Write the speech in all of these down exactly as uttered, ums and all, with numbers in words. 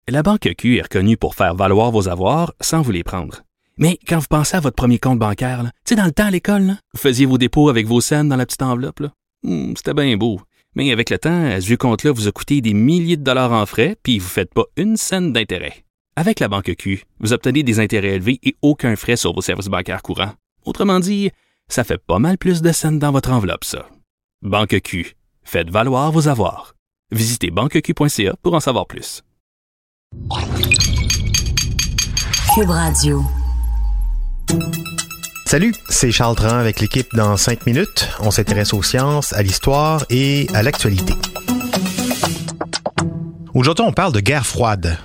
La Banque Q est reconnue pour faire valoir vos avoirs sans vous les prendre. Mais quand vous pensez à votre premier compte bancaire, tu sais, dans le temps à l'école, là, vous faisiez vos dépôts avec vos scènes dans la petite enveloppe. Là. Hum, c'était bien beau. Mais avec le temps, ce vieux compte-là vous a coûté des milliers de dollars en frais, puis vous ne faites pas une scène d'intérêt. Avec la Banque Q, vous obtenez des intérêts élevés et aucun frais sur vos services bancaires courants. Autrement dit, ça fait pas mal plus de scènes dans votre enveloppe, ça. Banque Q. Faites valoir vos avoirs. Visitez banque q point c a pour en savoir plus. Cube Radio. Salut, c'est Charles Tran avec l'équipe dans cinq minutes. On s'intéresse aux sciences, à l'histoire et à l'actualité. Aujourd'hui, on parle de guerre froide.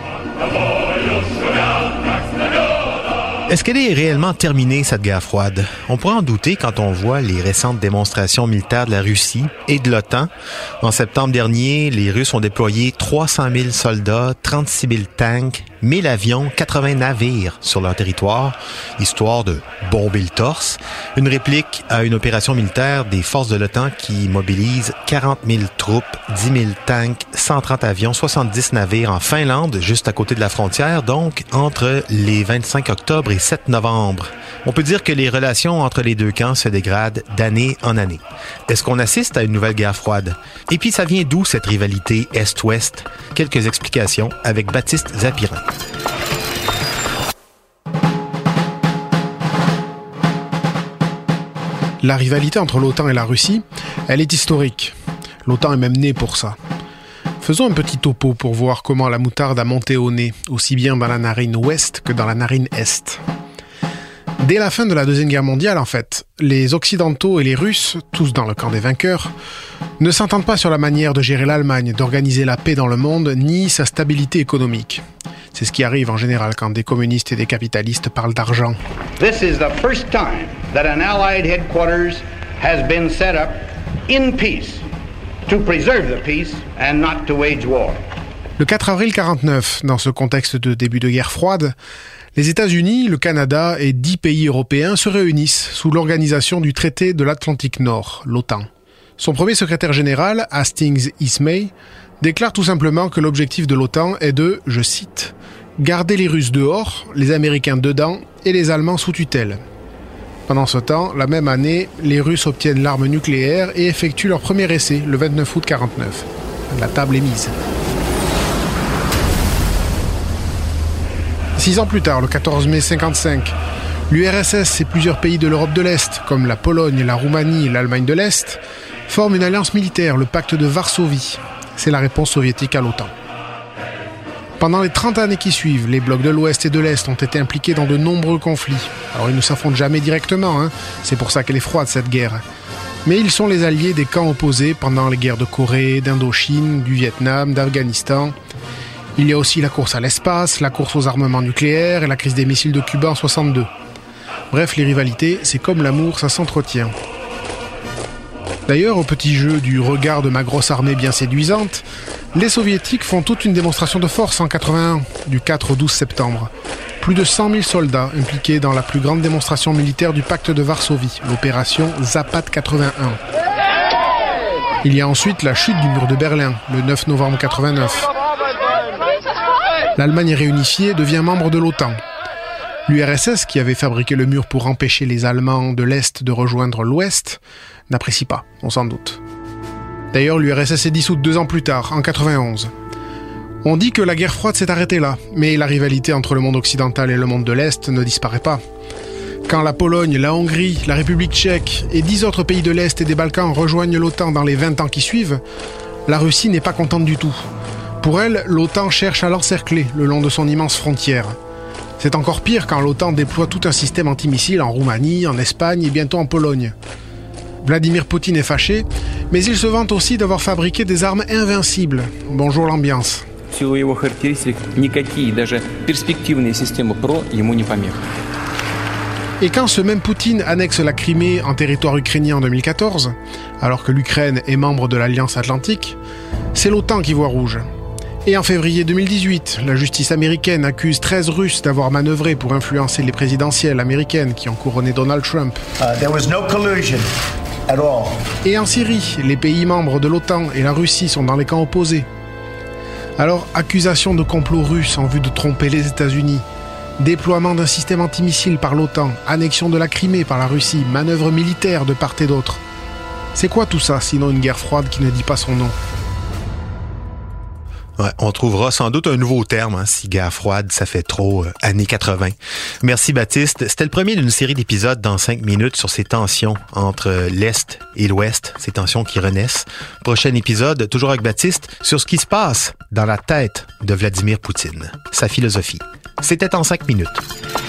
Est-ce qu'elle est réellement terminée, cette guerre froide? On pourrait en douter quand on voit les récentes démonstrations militaires de la Russie et de l'OTAN. En septembre dernier, les Russes ont déployé trois cent mille soldats, trente-six mille tanks, mille avions, quatre-vingts navires sur leur territoire, histoire de bomber le torse. Une réplique à une opération militaire des forces de l'OTAN qui mobilise quarante mille troupes, dix mille tanks, cent trente avions, soixante-dix navires en Finlande, juste à côté de la frontière, donc entre les vingt-cinq octobre et sept novembre. On peut dire que les relations entre les deux camps se dégradent d'année en année. Est-ce qu'on assiste à une nouvelle guerre froide? Et puis, ça vient d'où cette rivalité Est-Ouest? Quelques explications avec Baptiste Zapirin. La rivalité entre l'OTAN et la Russie, elle est historique. L'OTAN est même née pour ça. Faisons un petit topo pour voir comment la moutarde a monté au nez, aussi bien dans la narine ouest que dans la narine est. Dès la fin de la Deuxième Guerre mondiale, en fait, les Occidentaux et les Russes, tous dans le camp des vainqueurs, ne s'entendent pas sur la manière de gérer l'Allemagne, d'organiser la paix dans le monde, ni sa stabilité économique. C'est ce qui arrive en général quand des communistes et des capitalistes parlent d'argent. This is the first time that an Allied headquarters has been set up in peace to preserve the peace and not to wage war. Le quatre avril quarante-neuf, dans ce contexte de début de guerre froide, les États-Unis, le Canada et dix pays européens se réunissent sous l'organisation du traité de l'Atlantique Nord, l'OTAN. Son premier secrétaire général, Hastings Ismay, déclare tout simplement que l'objectif de l'OTAN est de, je cite, « garder les Russes dehors, les Américains dedans et les Allemands sous tutelle ». Pendant ce temps, la même année, les Russes obtiennent l'arme nucléaire et effectuent leur premier essai, le vingt-neuf août quarante-neuf. La table est mise. Six ans plus tard, le quatorze mai cinquante-cinq, l'U R S S et plusieurs pays de l'Europe de l'Est, comme la Pologne, la Roumanie et l'Allemagne de l'Est, forment une alliance militaire, le pacte de Varsovie. C'est la réponse soviétique à l'OTAN. Pendant les trente années qui suivent, les blocs de l'Ouest et de l'Est ont été impliqués dans de nombreux conflits. Alors ils ne s'affrontent jamais directement, hein. C'est pour ça qu'elle est froide cette guerre. Mais ils sont les alliés des camps opposés pendant les guerres de Corée, d'Indochine, du Vietnam, d'Afghanistan. Il y a aussi la course à l'espace, la course aux armements nucléaires et la crise des missiles de Cuba en soixante-deux. Bref, les rivalités, c'est comme l'amour, ça s'entretient. D'ailleurs, au petit jeu du regard de ma grosse armée bien séduisante, les soviétiques font toute une démonstration de force en quatre-vingt-un, du quatre au douze septembre. Plus de cent mille soldats impliqués dans la plus grande démonstration militaire du pacte de Varsovie, l'opération Zapad quatre-vingt-un. Il y a ensuite la chute du mur de Berlin, le neuf novembre quatre-vingt-neuf. L'Allemagne réunifiée devient membre de l'OTAN. L'U R S S, qui avait fabriqué le mur pour empêcher les Allemands de l'Est de rejoindre l'Ouest, n'apprécie pas, on s'en doute. D'ailleurs, l'U R S S est dissoute deux ans plus tard, en quatre-vingt-onze. On dit que la guerre froide s'est arrêtée là, mais la rivalité entre le monde occidental et le monde de l'Est ne disparaît pas. Quand la Pologne, la Hongrie, la République tchèque et dix autres pays de l'Est et des Balkans rejoignent l'OTAN dans les vingt ans qui suivent, la Russie n'est pas contente du tout. Pour elle, l'OTAN cherche à l'encercler le long de son immense frontière. C'est encore pire quand l'OTAN déploie tout un système antimissile en Roumanie, en Espagne et bientôt en Pologne. Vladimir Poutine est fâché, mais il se vante aussi d'avoir fabriqué des armes invincibles. Bonjour l'ambiance. Et quand ce même Poutine annexe la Crimée en territoire ukrainien en deux mille quatorze, alors que l'Ukraine est membre de l'Alliance Atlantique, c'est l'OTAN qui voit rouge. Et en février deux mille dix-huit, la justice américaine accuse treize Russes d'avoir manœuvré pour influencer les présidentielles américaines qui ont couronné Donald Trump. Uh, there was no collusion at all. Et en Syrie, les pays membres de l'OTAN et la Russie sont dans les camps opposés. Alors, accusation de complot russe en vue de tromper les États-Unis, déploiement d'un système antimissile par l'OTAN, annexion de la Crimée par la Russie, manœuvres militaires de part et d'autre. C'est quoi tout ça, sinon une guerre froide qui ne dit pas son nom? Ouais, on trouvera sans doute un nouveau terme, hein, si guerre froide, ça fait trop euh, années quatre-vingts. Merci Baptiste. C'était le premier d'une série d'épisodes dans cinq minutes sur ces tensions entre l'Est et l'Ouest, ces tensions qui renaissent. Prochain épisode, toujours avec Baptiste, sur ce qui se passe dans la tête de Vladimir Poutine, sa philosophie. C'était en cinq minutes.